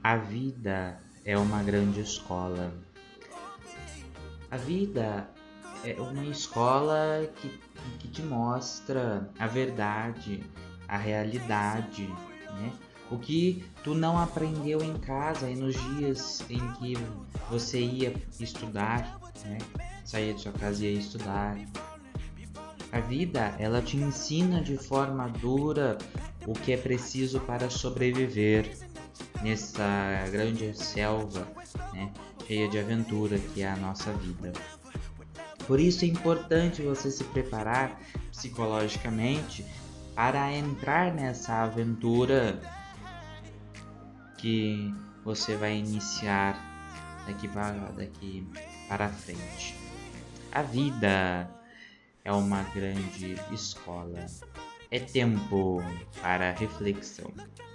A vida é uma grande escola. A vida é uma escola que te mostra a verdade, a realidade, né? O que tu não aprendeu em casa e nos dias em que você ia estudar, né? Saía de sua casa e ia estudar. A vida, ela te ensina de forma dura o que é preciso para sobreviver nessa grande selva, né, cheia de aventura que é a nossa vida. Por isso é importante você se preparar psicologicamente para entrar nessa aventura que você vai iniciar daqui para frente. A vida é uma grande escola. É tempo para reflexão.